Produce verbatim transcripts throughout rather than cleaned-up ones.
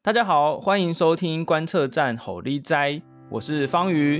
大家好，欢迎收听观测站吼哩哉，我是方瑜。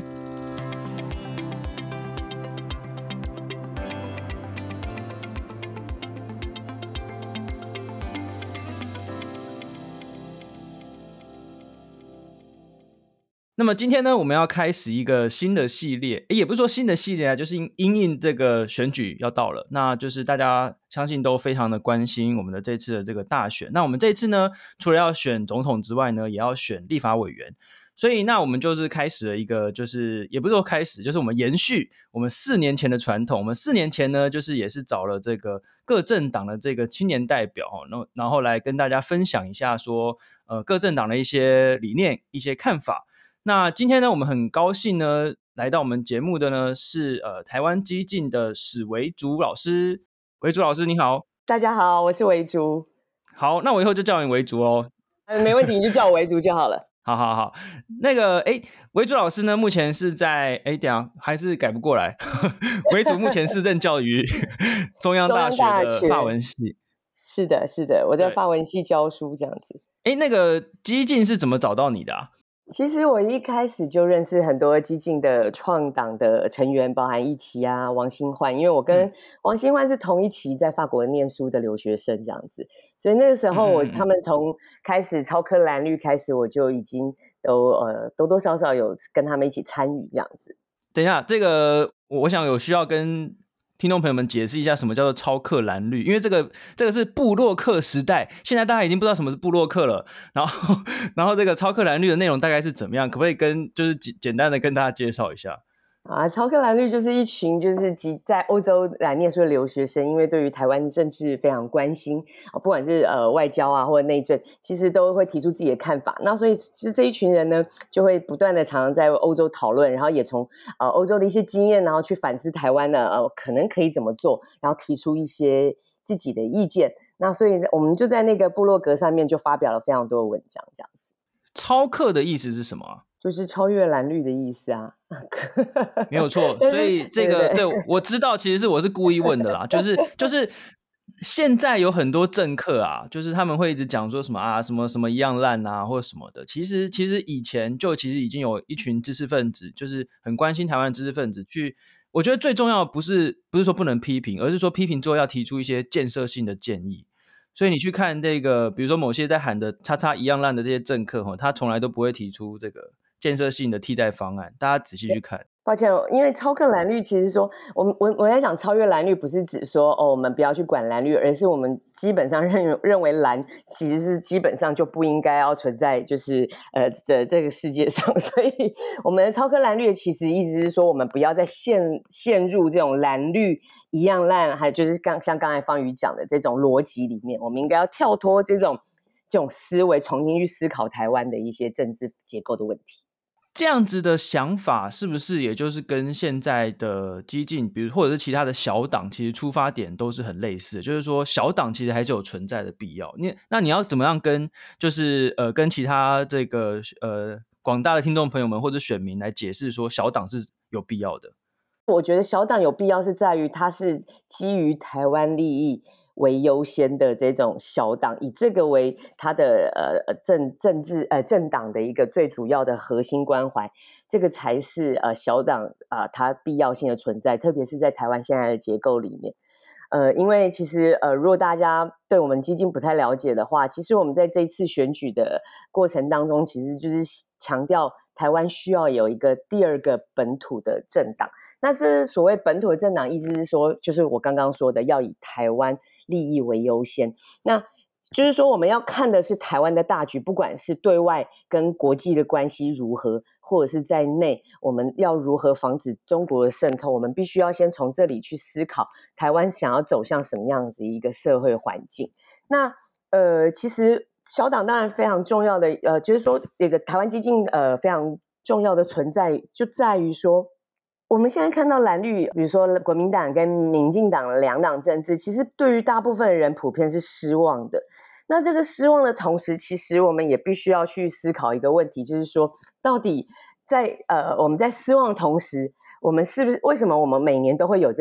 那么今天呢，我们要开始一个新的系列，也不是说新的系列啊，就是因应这个选举要到了，那就是大家相信都非常的关心我们的这次的这个大选。那我们这次呢，除了要选总统之外呢，也要选立法委员。所以那我们就是开始了一个，就是也不是说开始，就是我们延续我们四年前的传统。我们四年前呢，就是也是找了这个各政党的这个青年代表，然后来跟大家分享一下说，呃，各政党的一些理念、一些看法。那今天呢，我们很高兴呢，来到我们节目的呢是呃台湾基进的史维竹老师。维竹老师你好。 大家好，我是维竹。 好，那我以后就叫你维竹哦。 嗯，没问题，你就叫我维竹就好了。 好好好，那个哎，维竹老师呢，目前是在哎，等一下还是改不过来。维竹目前是任教于中央大学的法文系。 是的，是的，我在法文系教书这样子。 哎，那个基进是怎么找到你的啊？ 其实我一开始就认识很多基进的创党的成员，包含一期啊、王新焕，因为我跟王新焕是同一期在法国念书的留学生这样子，所以那个时候我、嗯、他们从开始超科蓝绿开始，我就已经都呃多多少少有跟他们一起参与这样子。 等一下，这个我想有需要跟听众朋友们解释一下什么叫做超克蓝绿，因为这个这个是部落客时代，现在大家已经不知道什么是部落客了。然后，然后这个超克蓝绿的内容大概是怎么样？可不可以跟就是简单的跟大家介绍一下？ 啊，超克蓝绿就是一群就是在欧洲来念书的留学生，因为对于台湾政治非常关心，不管是呃外交啊或者内政，其实都会提出自己的看法。那所以其实这一群人呢，就会不断的常常在欧洲讨论，然后也从呃欧洲的一些经验，然后去反思台湾呢呃可能可以怎么做，然后提出一些自己的意见。那所以我们就在那个部落格上面就发表了非常多的文章，这样子。 超克的意思是什么啊？ 就是超越蓝绿的意思啊。 没有错，所以这个 对, 对, 对我知道，其实是我是故意问的啦，就是就是现在有很多政客啊，就是他们会一直讲说什么啊，什么什么一样烂啊，或者什么的。其实其实以前就其实已经有一群知识分子，就是很关心台湾的知识分子去。我觉得最重要的不是不是说不能批评，而是说批评之后要提出一些建设性的建议。所以你去看这个，比如说某些在喊的叉叉一样烂的这些政客，他从来都不会提出这个建设性的替代方案，大家仔细去看。 抱歉，因为超克蓝绿其实说，我们我我在讲超越蓝绿，不是指说哦，我们不要去管蓝绿，而是我们基本上认认为蓝其实是基本上就不应该要存在，就是呃这这个世界上。所以我们的超克蓝绿其实意思是说，我们不要再陷陷入这种蓝绿一样烂，还有就是刚像刚才方瑜讲的这种逻辑里面，我们应该要跳脱这种这种思维，重新去思考台湾的一些政治结构的问题。 这样子的想法是不是也就是跟现在的基进，比如或者是其他的小党，其实出发点都是很类似的，就是说小党其实还是有存在的必要。你那你要怎么样跟就是呃跟其他这个呃广大的听众朋友们或者选民来解释说小党是有必要的？ 我觉得小党有必要是在于它是基于台湾利益为优先的这种小党，以这个为他的呃政政治呃政党的一个最主要的核心关怀，这个才是呃小党啊、呃、它必要性的存在，特别是在台湾现在的结构里面。呃，因为其实呃，如果大家对我们基进不太了解的话，其实我们在这一次选举的过程当中，其实就是强调台湾需要有一个第二个本土的政党。那这所谓本土的政党，意思是说，就是我刚刚说的，要以台湾利益为优先。那就是说，我们要看的是台湾的大局，不管是对外跟国际的关系如何，或者是在内，我们要如何防止中国的渗透，我们必须要先从这里去思考台湾想要走向什么样子一个社会环境。那呃，其实小党当然非常重要的，呃，就是说这个台湾基进呃非常重要的存在，就在于说，我们现在看到蓝绿，比如说国民党跟民进党两党政治，其实对于大部分的人普遍是失望的。那这个失望的同时，其实我们也必须要去思考一个问题，就是说，到底在呃我们在失望的同时，我们是不是为什么我们每年都会有这种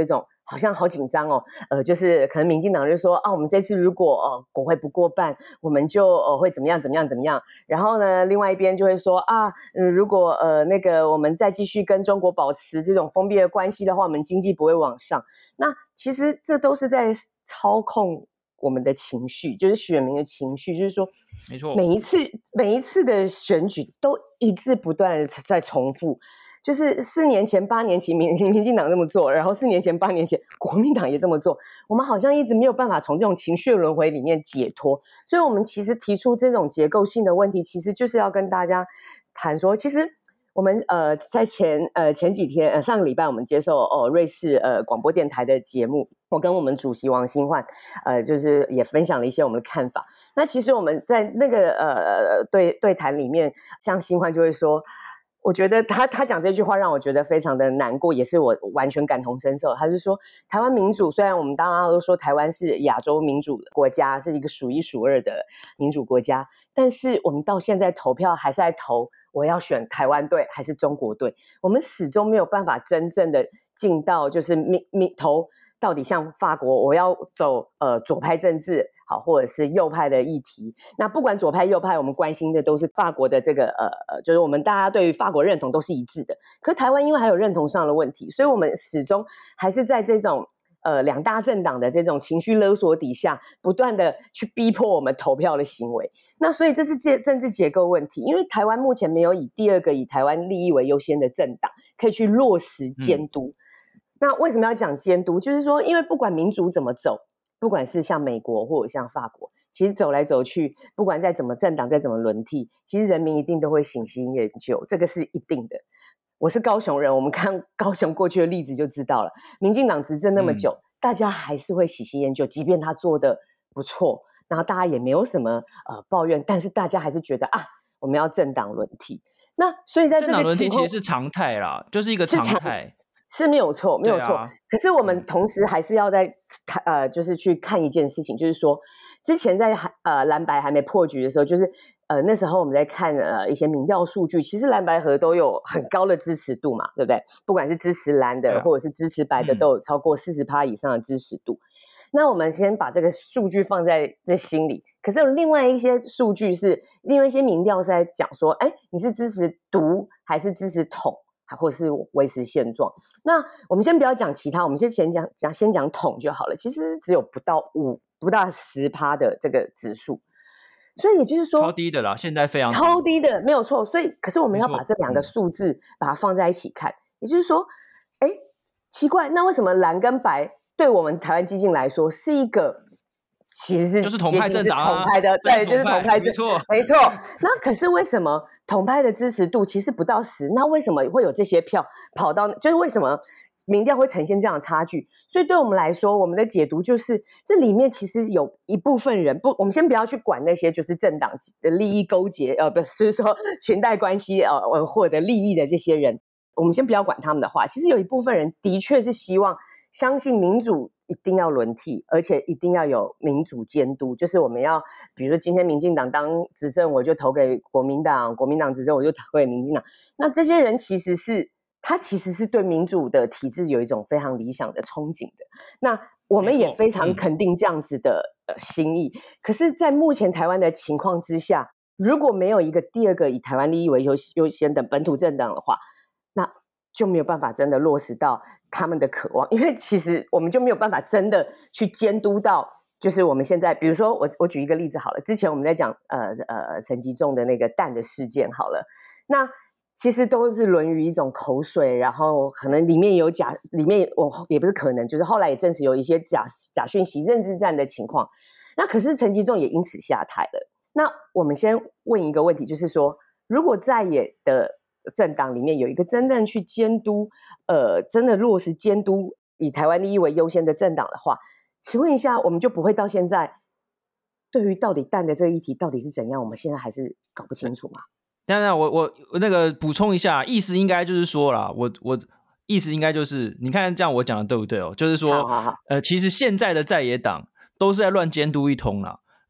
好像好紧张哦，呃，就是可能民进党就说啊，我们这次如果呃国会不过半，我们就呃会怎么样怎么样怎么样。然后呢，另外一边就会说啊，嗯，如果呃那个我们再继续跟中国保持这种封闭的关系的话，我们经济不会往上。那其实这都是在操控我们的情绪，就是选民的情绪，就是说， 没错， 每一次每一次的选举都一直不断的在重复。就是四年前、八年前，民民进党这么做，然后四年前、八年前，国民党也这么做，我们好像一直没有办法从这种情绪轮回里面解脱。所以，我们其实提出这种结构性的问题，其实就是要跟大家谈说，其实我们呃在前呃前几天呃上个礼拜，我们接受哦瑞士呃广播电台的节目，我跟我们主席王新焕呃就是也分享了一些我们的看法。那其实我们在那个呃对对谈里面，像新焕就会说。我觉得他他讲这句话让我觉得非常的难过，也是我完全感同身受。他是说，台湾民主虽然我们当然都说台湾是亚洲民主国家，是一个数一数二的民主国家，但是我们到现在投票还是在投我要选台湾队还是中国队，我们始终没有办法真正的进到就是民民投到底像法国，我要走呃左派政治。好，或者是右派的议题，那不管左派右派，我们关心的都是法国的这个呃呃，就是我们大家对于法国认同都是一致的。可台湾因为还有认同上的问题，所以我们始终还是在这种呃两大政党的这种情绪勒索底下，不断的去逼迫我们投票的行为。那所以这是政治结构问题，因为台湾目前没有以第二个以台湾利益为优先的政党可以去落实监督。嗯、那为什么要讲监督？就是说，因为不管民主怎么走。不管是像美国或者像法国，其实走来走去，不管再怎么政党再怎么轮替，其实人民一定都会喜新厌旧，这个是一定的。我是高雄人，我们看高雄过去的例子就知道了。民进党执政那么久，嗯、大家还是会喜新厌旧，即便他做的不错，然后大家也没有什么呃抱怨，但是大家还是觉得啊，我们要政党轮替。那所以在这个政党轮替其实是常态啦，就是一个常态。 是没有错，没有错。 啊、 可是我们同时还是要在呃，就是去看一件事情，就是说，之前在呃蓝白还没破局的时候，就是呃那时候我们在看呃一些民调数据，其实蓝白合都有很高的支持度嘛，对不对？不管是支持蓝的、啊、或者是支持白的，都有超过四十趴以上的支持度。嗯、那我们先把这个数据放在这心里。可是有另外一些数据是，另外一些民调是在讲说，哎，你是支持独还是支持统？或者是维持现状。那我们先不要讲其他，我们先先讲讲先讲统就好了。其实只有不到五不到十趴的这个指数，所以也就是说超低的啦，现在非常低超低的，没有错。所以可是我们要把这两个数字、嗯、把它放在一起看，也就是说，哎，奇怪，那为什么蓝跟白对我们台湾基进来说是一个？其实是就是统派政党啊， 统派的，对，就是统派， 没错， 没错。那可是为什么统派的支持度其实不到十？那为什么会有这些票跑到？就是为什么民调会呈现这样的差距？所以对我们来说，我们的解读就是这里面其实有一部分人不，我们先不要去管那些就是政党的利益勾结，呃，不是说裙带关系呃获得利益的这些人，我们先不要管他们的话，其实有一部分人的确是希望相信民主。一定要轮替，而且一定要有民主监督，就是我们要，比如说今天民进党当执政，我就投给国民党；国民党执政，我就投给民进党。那这些人其实是，他其实是对民主的体制有一种非常理想的憧憬的。那我们也非常肯定这样子的、呃、心意。可是，在目前台湾的情况之下，如果没有一个第二个以台湾利益为优优先的本土政党的话，那就没有办法真的落实到他们的渴望，因为其实我们就没有办法真的去监督到，就是我们现在，比如说我我举一个例子好了，之前我们在讲呃呃陈吉仲的那个蛋的事件好了，那其实都是沦于一种口水，然后可能里面有假，里面我也不是可能，就是后来也证实有一些假假讯息、认知战的情况，那可是陈吉仲也因此下台了。那我们先问一个问题，就是说，如果在野的政党里面有一个真正去监督，呃，真的落实监督以台湾利益为优先的政党的话，请问一下，我们就不会到现在对于到底蛋的这个议题到底是怎样，我们现在还是搞不清楚吗？ 当然，我我我那个补充一下，意思应该就是说啦，我我意思应该就是，你看这样我讲的对不对哦？就是说， 好好好呃， 其实现在的在野党都是在乱监督一通啦。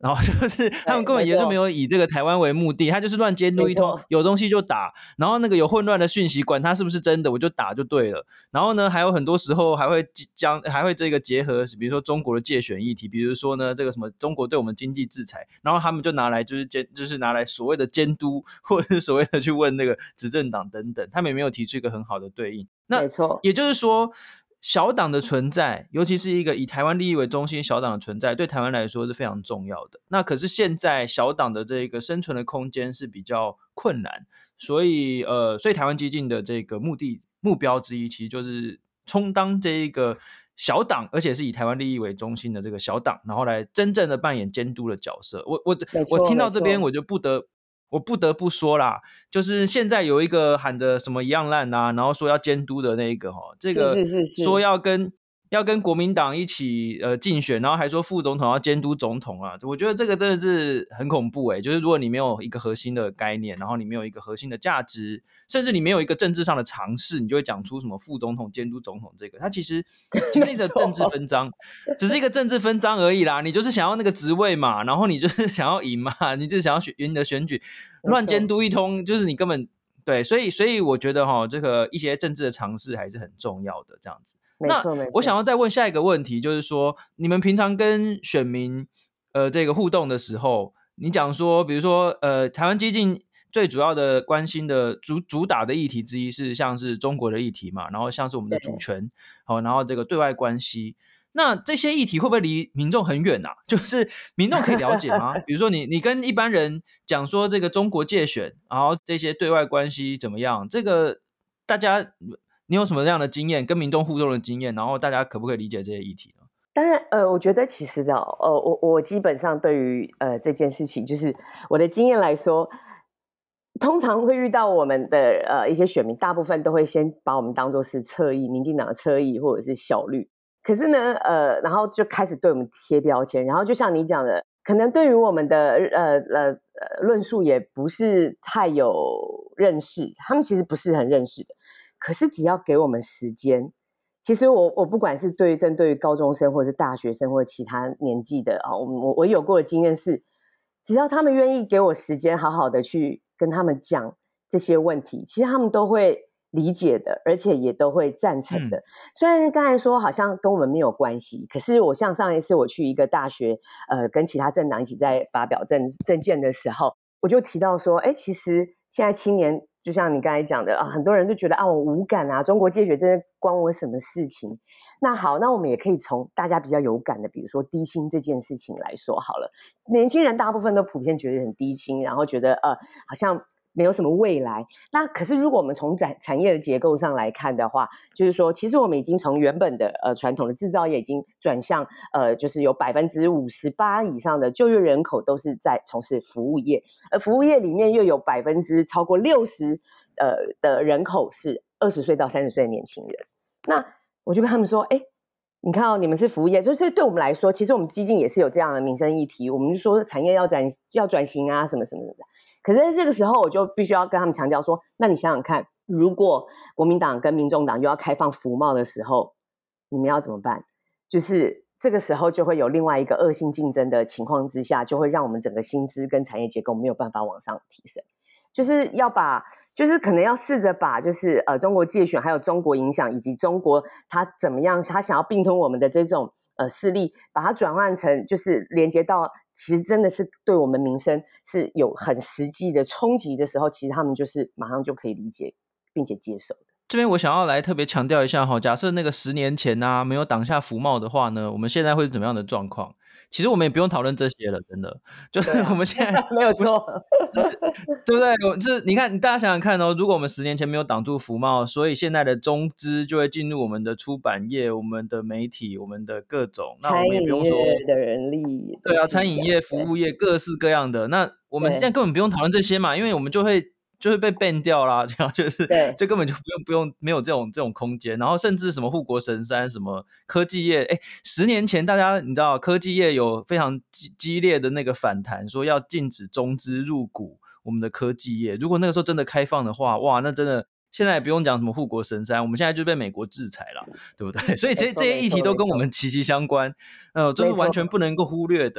然后就是他们根本也就没有以这个台湾为目的，他就是乱监督一通，有东西就打，然后那个有混乱的讯息，管它是不是真的，我就打就对了。然后呢，还有很多时候还会将还会这个结合，比如说中国的介选议题，比如说呢这个什么中国对我们经济制裁，然后他们就拿来就是监就是拿来所谓的监督，或者是所谓的去问那个执政党等等，他们也没有提出一个很好的对应。那没错， 也就是说，小党的存在，尤其是一个以台湾利益为中心小党的存在，对台湾来说是非常重要的。那可是现在小党的这个生存的空间是比较困难，所以呃，所以台湾基进的这个目的目标之一，其实就是充当这一个小党，而且是以台湾利益为中心的这个小党，然后来真正的扮演监督的角色。我我我听到这边，我就不得。我不得不说啦，就是现在有一个喊着什么一样烂啊，然后说要监督的那个齁，这个说要跟要跟国民党一起呃竞选，然后还说副总统要监督总统啊，我觉得这个真的是很恐怖诶、欸。就是如果你没有一个核心的概念，然后你没有一个核心的价值，甚至你没有一个政治上的尝试，你就会讲出什么副总统监督总统这个，它其实其实一个政治分赃，只是一个政治分赃而已啦。你就是想要那个职位嘛，然后你就是想要赢嘛，你就是想要赢得选举，乱监督一通，就是你根本对，所以所以我觉得哈，这个一些政治的尝试还是很重要的，这样子。那我想要再问下一个问题，就是说，你们平常跟选民呃这个互动的时候，你讲说，比如说呃，台湾基进最主要的关心的主主打的议题之一是像是中国的议题嘛，然后像是我们的主权，好，然后这个对外关系。那这些议题会不会离民众很远啊？就是民众可以了解吗？比如说你你跟一般人讲说这个中国介选，然后这些对外关系怎么样？这个大家你有什么样的经验，跟民众互动的经验，然后大家可不可以理解这些议题呢？ 当然，呃，我觉得其实的，呃，我我基本上对于呃这件事情，就是我的经验来说，通常会遇到我们的呃一些选民，大部分都会先把我们当作是侧翼，民进党的侧翼或者是小绿。可是呢，呃，然后就开始对我们贴标签，然后就像你讲的，可能对于我们的呃呃呃论述也不是太有认识，他们其实不是很认识的。可是只要给我们时间，其实我我不管是对针对于高中生或者是大学生或者其他年纪的啊，我我有过的经验是，只要他们愿意给我时间，好好的去跟他们讲这些问题，其实他们都会理解的，而且也都会赞成的。嗯、虽然刚才说好像跟我们没有关系，可是我像上一次我去一个大学，呃，跟其他政党一起在发表政政见的时候，我就提到说，哎，其实现在青年就像你刚才讲的啊，很多人都觉得啊，我无感啊，中国介选真的关我什么事情？那好，那我们也可以从大家比较有感的，比如说低薪这件事情来说好了。年轻人大部分都普遍觉得很低薪，然后觉得呃，好像没有什么未来。那可是如果我们从产产业的结构上来看的话，就是说，其实我们已经从原本的呃传统的制造业已经转向呃，就是有百分之五十八以上的就业人口都是在从事服务业，而服务业里面又有百分之超过六十呃的人口是二十岁到三十岁的年轻人。那我就跟他们说，哎。你看哦，你们是服务业，就是对我们来说，其实我们基进也是有这样的民生议题，我们就说产业要转要转型啊，什么什么的。可是在这个时候，我就必须要跟他们强调说，那你想想看，如果国民党跟民众党又要开放服贸的时候，你们要怎么办？就是这个时候就会有另外一个恶性竞争的情况之下，就会让我们整个薪资跟产业结构没有办法往上提升。就是要把，就是可能要试着把，就是呃中国介选，还有中国影响，以及中国它怎么样，它想要并吞我们的这种呃势力，把它转换成就是连接到，其实真的是对我们民生是有很实际的冲击的时候，其实他们就是马上就可以理解并且接受的。 这边我想要来特别强调一下哈，假设那个十年前啊没有挡下服贸的话呢，我们现在会是怎么样的状况？其实我们也不用讨论这些了，真的，就是我们现在、 啊、没有错， 对不对？就是你看，大家想想看哦，如果我们十年前没有挡住服贸，所以现在的中资就会进入我们的出版业、我们的媒体、我们的各种，那我们也不用说的人力， 对啊，餐饮业、服务业各式各样的，那我们现在根本不用讨论这些嘛，因为我们就会。就会被 ban 掉啦，这样就是就根本就不用不用没有这种这种空间，然后甚至什么护国神山什么科技业，哎，十年前大家你知道科技业有非常激烈的那个反弹，说要禁止中资入股我们的科技业，如果那个时候真的开放的话，哇，那真的现在也不用讲什么护国神山，我们现在就被美国制裁了，对不对？所以这这些议题都跟我们息息相关，呃，这是完全不能够忽略的。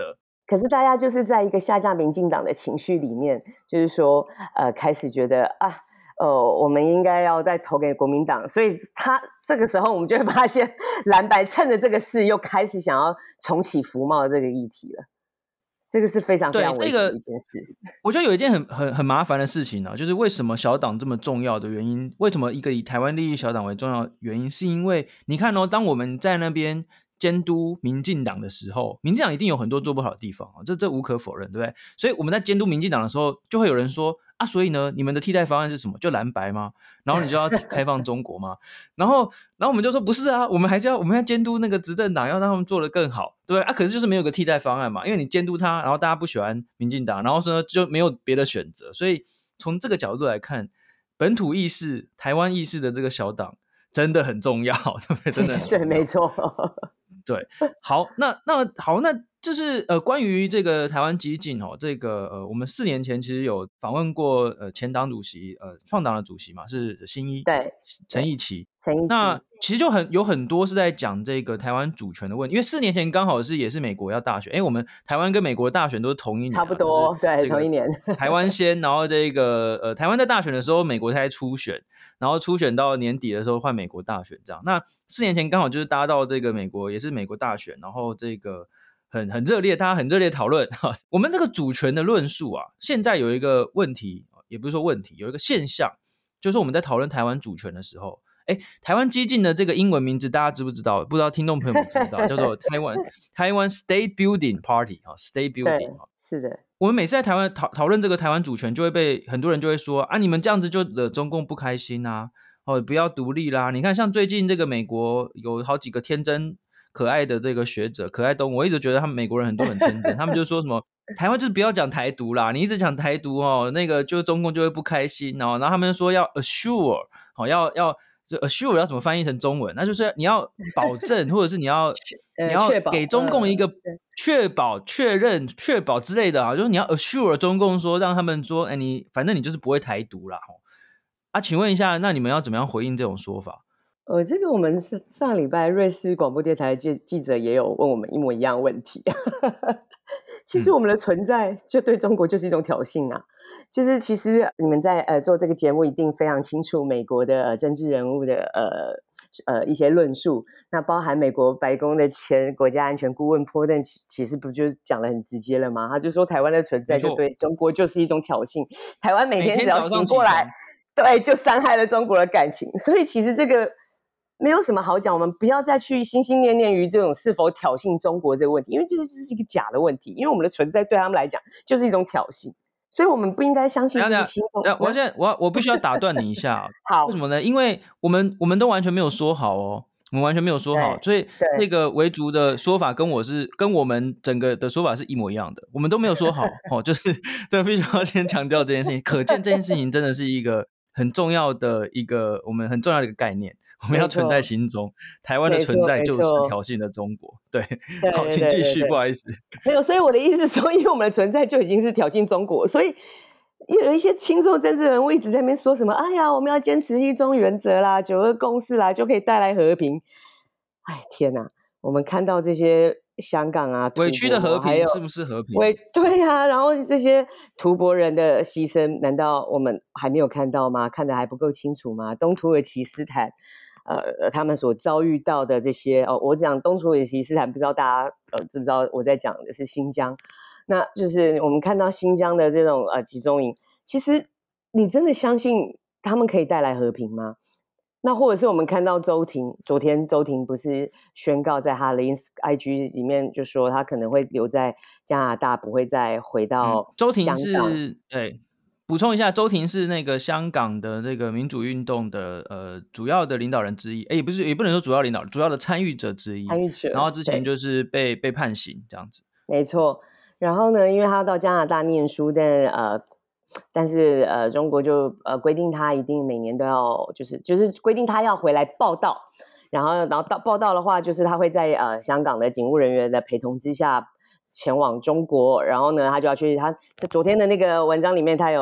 可是大家就是在一个下架民进党的情绪里面，就是说，呃，开始觉得啊，呃，我们应该要再投给国民党，所以他这个时候我们就会发现，蓝白趁着这个事又开始想要重启服贸这个议题了。这个是非常非常危险的一件事。 我觉得有一件很很很麻烦的事情啊，就是为什么小党这么重要的原因？为什么一个以台湾利益小党为重要的原因？是因为你看哦，当我们在那边监督民进党的时候，民进党一定有很多做不好的地方啊，这这无可否认，对不对？所以我们在监督民进党的时候，就会有人说啊，所以呢，你们的替代方案是什么？就蓝白吗？然后你就要开放中国吗？然后，然后我们就说不是啊，我们还是要我们要监督那个执政党，要让他们做得更好，对不对啊？可是就是没有个替代方案嘛，因为你监督他，然后大家不喜欢民进党，然后说就没有别的选择，所以从这个角度来看，本土意识、台湾意识的这个小党真的很重要，对不对？真的很重要。 对，没错。 对，好，那那好，那就是呃，关于这个台湾基进哦，这个呃，我们四年前其实有访问过呃前党主席呃创党的主席嘛，是新一， 对， 陈奕奇。 陈奕奇， 那其实就很有很多是在讲这个台湾主权的问题，因为四年前刚好是也是美国要大选，哎，我们台湾跟美国的大选都是同一年、啊， 差不多，对，同一年。 台湾先，然后这个呃，台湾在大选的时候，美国才初选。然后初选到年底的时候换美国大选这样，那四年前刚好就是搭到这个美国也是美国大选，然后这个很很热烈，大家很热烈讨论。我们这个主权的论述啊，现在有一个问题，也不是说问题，有一个现象，就是我们在讨论台湾主权的时候，哎，台湾基进的这个英文名字大家知不知道？不知道听众朋友们知道，叫做台湾台湾 State Building Party 啊 ，State Building 啊， 是的。 我们每次在台湾讨讨论这个台湾主权，就会被很多人就会说啊，你们这样子就惹中共不开心啊，哦，不要独立啦。你看，像最近这个美国有好几个天真可爱的这个学者，可爱东，我一直觉得他们美国人很多很天真，他们就说什么台湾就是不要讲台独啦，你一直讲台独哦，那个就中共就会不开心哦。然后他们说要 assure， 好、哦、要要这 assure 要怎么翻译成中文？那就是你要保证，或者是你要你要给中共一个确保、确认、确保之类的啊，就是你要 assure 中共说，让他们说，哎，你反正你就是不会台独啦。啊，请问一下，那你们要怎么样回应这种说法？ 呃，这个我们是上礼拜瑞士广播电台的记者也有问我们一模一样的问题。其实我们的存在就对中国就是一种挑衅啊！就是其实你们在呃做这个节目一定非常清楚美国的、呃、政治人物的呃呃一些论述，那包含美国白宫的前国家安全顾问波顿其实不就讲得很直接了吗？他就说台湾的存在就对中国就是一种挑衅，台湾每天只要醒过来，对，就伤害了中国的感情，所以其实这个。没有什么好讲，我们不要再去心心念念于这种是否挑衅中国这个问题，因为这是这是一个假的问题，因为我们的存在对他们来讲就是一种挑衅，所以我们不应该相信这个听众。 我现在我我必须要打断你一下， 好， 为什么呢？因为我们我们都完全没有说好哦，我们完全没有说好，所以这个维族的说法跟我是跟我们整个的说法是一模一样的，我们都没有说好哦，就是这必须要先强调这件事情，可见这件事情真的是一个。很重要的一个，我们很重要的一个概念，我们要存在心中。台湾的存在就是挑衅了中国。对， 对好，请继续，不好意思。 没有，所以我的意思是说，因为我们的存在就已经是挑衅中国，所以有一些轻松政治人物一直在那边说什么：“哎呀，我们要坚持一中原则啦，九二共识啦，就可以带来和平。”哎，天哪！我们看到这些。香港啊， 委屈的和平是不是和平？ 对啊，然后这些吐蕃人的牺牲，难道我们还没有看到吗？看得还不够清楚吗？东土耳其斯坦，呃，他们所遭遇到的这些哦，我讲东土耳其斯坦，不知道大家呃知不知道我在讲的是新疆？那就是我们看到新疆的这种呃集中营，其实你真的相信他们可以带来和平吗？那或者是我们看到周庭，昨天周庭不是宣告在他的 I G 里面就说他可能会留在加拿大，不会再回到香港。 嗯、周庭是对，补充一下，周庭是那个香港的那个民主运动的呃主要的领导人之一，哎，也不是也不能说主要领导，主要的参与者之一。 参与者。 然后之前就是被被判刑这样子。 没错。然后呢，因为他到加拿大念书，但呃。但是呃，中国就呃规定他一定每年都要，就是就是规定他要回来报到，然后然后到报到的话，就是他会在呃香港的警务人员的陪同之下前往中国，然后呢，他就要去他昨天的那个文章里面，他有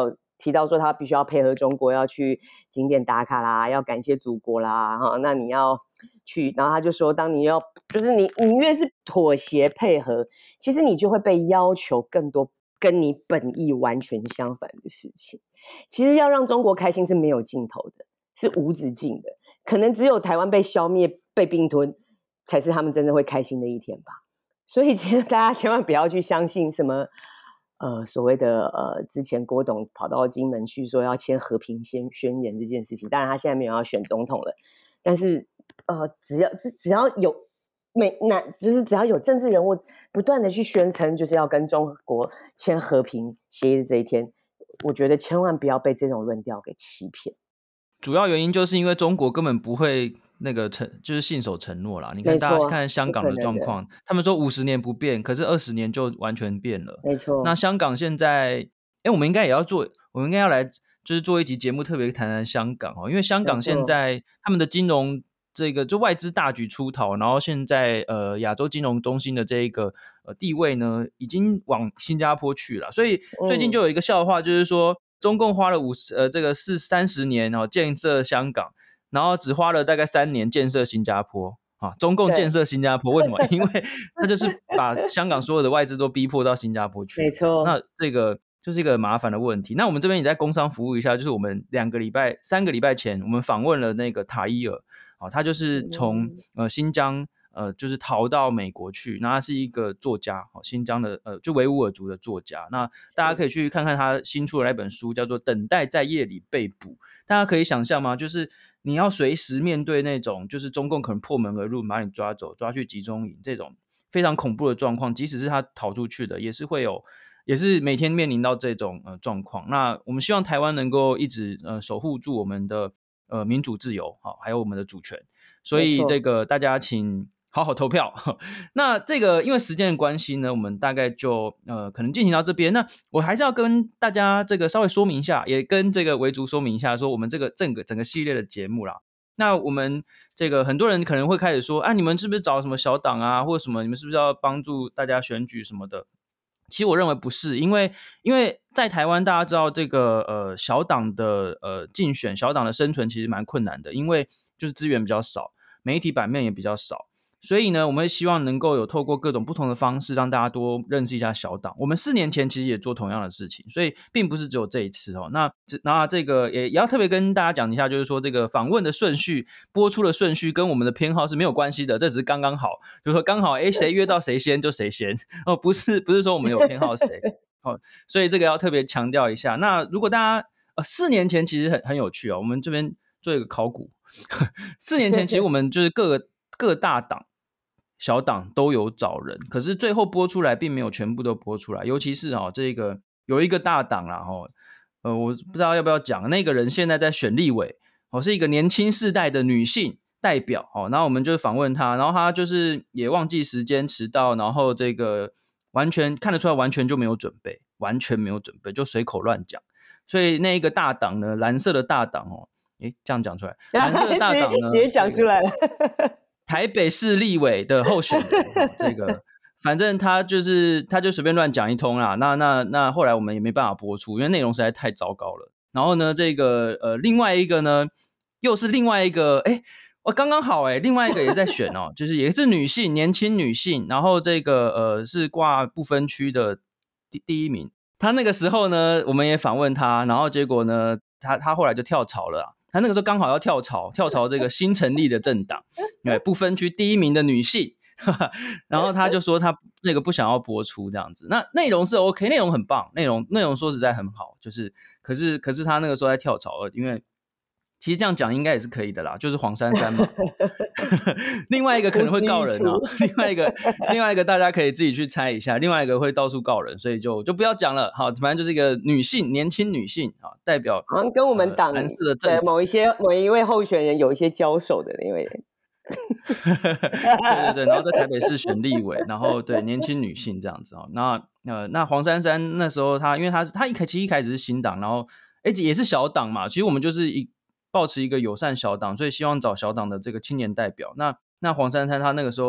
提到说他必须要配合中国，要去景点打卡啦，要感谢祖国啦，哈，那你要去，然后他就说，当你要就是你你越是妥协配合，其实你就会被要求更多跟你本意完全相反的事情。其实要让中国开心是没有尽头的，是无止境的，可能只有台湾被消灭、被并吞，才是他们真正会开心的一天吧。所以其实大家千万不要去相信什么。呃，所谓的呃，之前郭董跑到金门去说要签和平宣宣言这件事情，当然他现在没有要选总统了，但是呃，只要只要有每那就是只要有政治人物不断的去宣称就是要跟中国签和平协议的这一天，我觉得千万不要被这种论调给欺骗。 主要原因就是因为中国根本不会那个承，就是信守承诺啦。你看大家看香港的状况，他们说五十年不变，可是二十年就完全变了。 没错。 那香港现在，哎，我们应该也要做，我们应该要来就是做一集节目，特别谈谈香港哦，因为香港现在他们的金融这个就外资大举出逃，然后现在呃亚洲金融中心的这一个呃地位呢，已经往新加坡去了。所以最近就有一个笑话，就是说。中共花了五十呃这个四三十年哦建设香港，然后只花了大概三年建设新加坡啊。中共建设新加坡为什么？因为他就是把香港所有的外资都逼迫到新加坡去。 没错。 那这个就是一个麻烦的问题。那我们这边也在工商服务一下，就是我们两个礼拜、三个礼拜前，我们访问了那个塔伊尔啊，他就是从呃新疆。呃，就是逃到美国去，那他是一个作家，新疆的呃，就维吾尔族的作家。那大家可以去看看他新出的那本书，叫做《等待在夜里被捕》。大家可以想象吗？就是你要随时面对那种，就是中共可能破门而入，把你抓走，抓去集中营这种非常恐怖的状况。即使是他逃出去的，也是会有，也是每天面临到这种呃状况。那我们希望台湾能够一直呃守护住我们的呃民主自由，好，还有我们的主权。所以这个大家请。好好投票。那这个因为时间的关系呢，我们大概就呃可能进行到这边。那我还是要跟大家这个稍微说明一下，也跟这个维族说明一下，说我们这个整个整个系列的节目啦。那我们这个很多人可能会开始说，啊，你们是不是找什么小党啊，或者什么？你们是不是要帮助大家选举什么的？其实我认为不是，因为因为在台湾大家知道这个呃小党的呃竞选，小党的生存其实蛮困难的，因为就是资源比较少，媒体版面也比较少。所以呢，我们会希望能够有透过各种不同的方式，让大家多认识一下小党。我们四年前其实也做同样的事情，所以并不是只有这一次哦。那那这个也也要特别跟大家讲一下，就是说这个访问的顺序、播出的顺序跟我们的偏好是没有关系的，这只是刚刚好，就是说刚好哎谁约到谁先就谁先哦，不是不是说我们有偏好谁哦，所以这个要特别强调一下。那如果大家呃四年前其实很很有趣哦，我们这边做一个考古，四年前其实我们就是各个各大党。小党都有找人，可是最后播出来并没有全部都播出来，尤其是哦，这个有一个大党啦，哦，呃，我不知道要不要讲，那个人现在在选立委，哦，是一个年轻世代的女性代表，哦，然后我们就访问她，然后她就是也忘记时间迟到，然后这个完全看得出来完全就没有准备，完全没有准备，就随口乱讲，所以那一个大党呢，蓝色的大党哦，诶，这样讲出来，蓝色的大党呢， 直接讲出来了。 台北市立委的候选人，哦、这个反正他就是他就随便乱讲一通啦。那那那后来我们也没办法播出，因为内容实在太糟糕了。然后呢，这个呃另外一个呢，又是另外一个，哎，我刚刚好哎，另外一个也在选哦，就是也是女性，年轻女性，然后这个呃是挂不分区的第第一名。他那个时候呢，我们也访问他，然后结果呢，他他后来就跳槽了啊。他那个时候刚好要跳槽，跳槽这个新成立的政党，对，不分区第一名的女性，然后他就说他那个不想要播出这样子。那内容是 OK， 内容很棒，内容内容说实在很好，就是可是可是他那个时候在跳槽，因为其实这样讲应该也是可以的啦，就是黄珊珊嘛。另外一个可能会告人啊，另外一个另外一个大家可以自己去猜一下，另外一个会到处告人，所以就就不要讲了。好，反正就是一个女性，年轻女性啊，代表好像跟我们党、呃、蓝色的政党某一些某一位候选人有一些交手的那位人。 对对对，然后在台北市选立委，然后对年轻女性这样子哦。那呃那黄珊珊那时候她因为她是她一开其实一开始是新党，然后哎也是小党嘛，其实我们就是一抱持一个友善小党，所以希望找小党的这个青年代表。那那黄珊珊她那个时候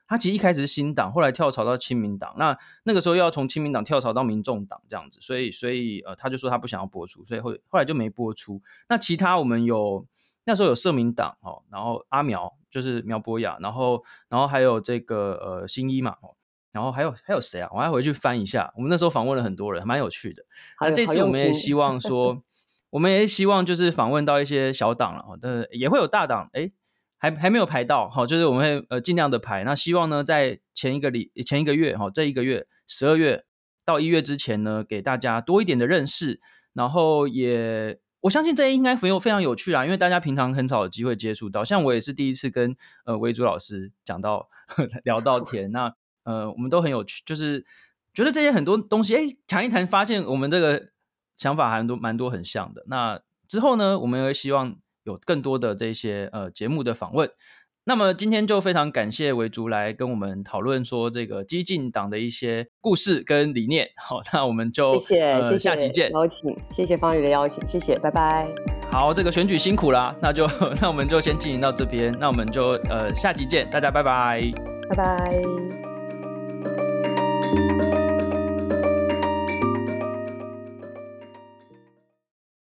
他其实一开始是新党，后来跳槽到亲民党，那那个时候要从亲民党跳槽到民众党这样子，所以所以呃他就说他不想要播出，所以后后来就没播出。那其他我们有那时候有社民党哦，然后阿苗就是苗博雅，然后然后还有这个呃新一嘛哦。然后还有还有谁啊？我还回去翻一下，我们那时候访问了很多人，蛮有趣的。那这次我们也希望说，我们也希望就是访问到一些小党了，但也会有大党，哎，还还没有排到，好，就是我们会呃尽量的排。那希望呢，在前一个礼前一个月，哈，这一个月十二月到一月之前呢，给大家多一点的认识，然后也我相信这应该非常非常有趣啦，因为大家平常很少有机会接触到，像我也是第一次跟呃维祖老师讲到聊到天，那。呃，我们都很有趣，就是觉得这些很多东西，哎，谈一谈，发现我们这个想法还多蛮多很像的。那之后呢，我们也会希望有更多的这些呃节目的访问。那么今天就非常感谢维竹来跟我们讨论说这个激进党的一些故事跟理念。好，那我们就谢谢、呃、谢谢下集见。 邀请，谢谢方宇的邀请，谢谢，拜拜。 好，这个选举辛苦啦，那就那我们就先进行到这边，那我们就呃下集见，大家拜拜， 拜拜。Thank you.